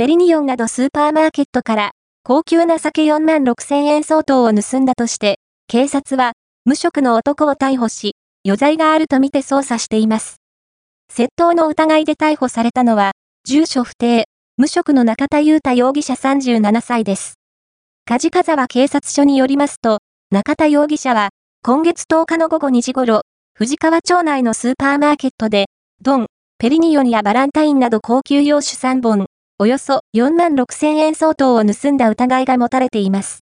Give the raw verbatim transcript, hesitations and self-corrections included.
ペリニオンなどスーパーマーケットから高級な酒よんまんろくせんえん相当を盗んだとして、警察は無職の男を逮捕し、余罪があるとみて捜査しています。窃盗の疑いで逮捕されたのは、住所不定、無職の中田裕太容疑者さんじゅうななさいです。梶川警察署によりますと、中田容疑者は、今月とおかの午後にじ頃、藤川町内のスーパーマーケットで、ドン、ペリニオンやバランタインなど高級洋酒さんぼん、およそよんまんろくせんえん相当を盗んだ疑いが持たれています。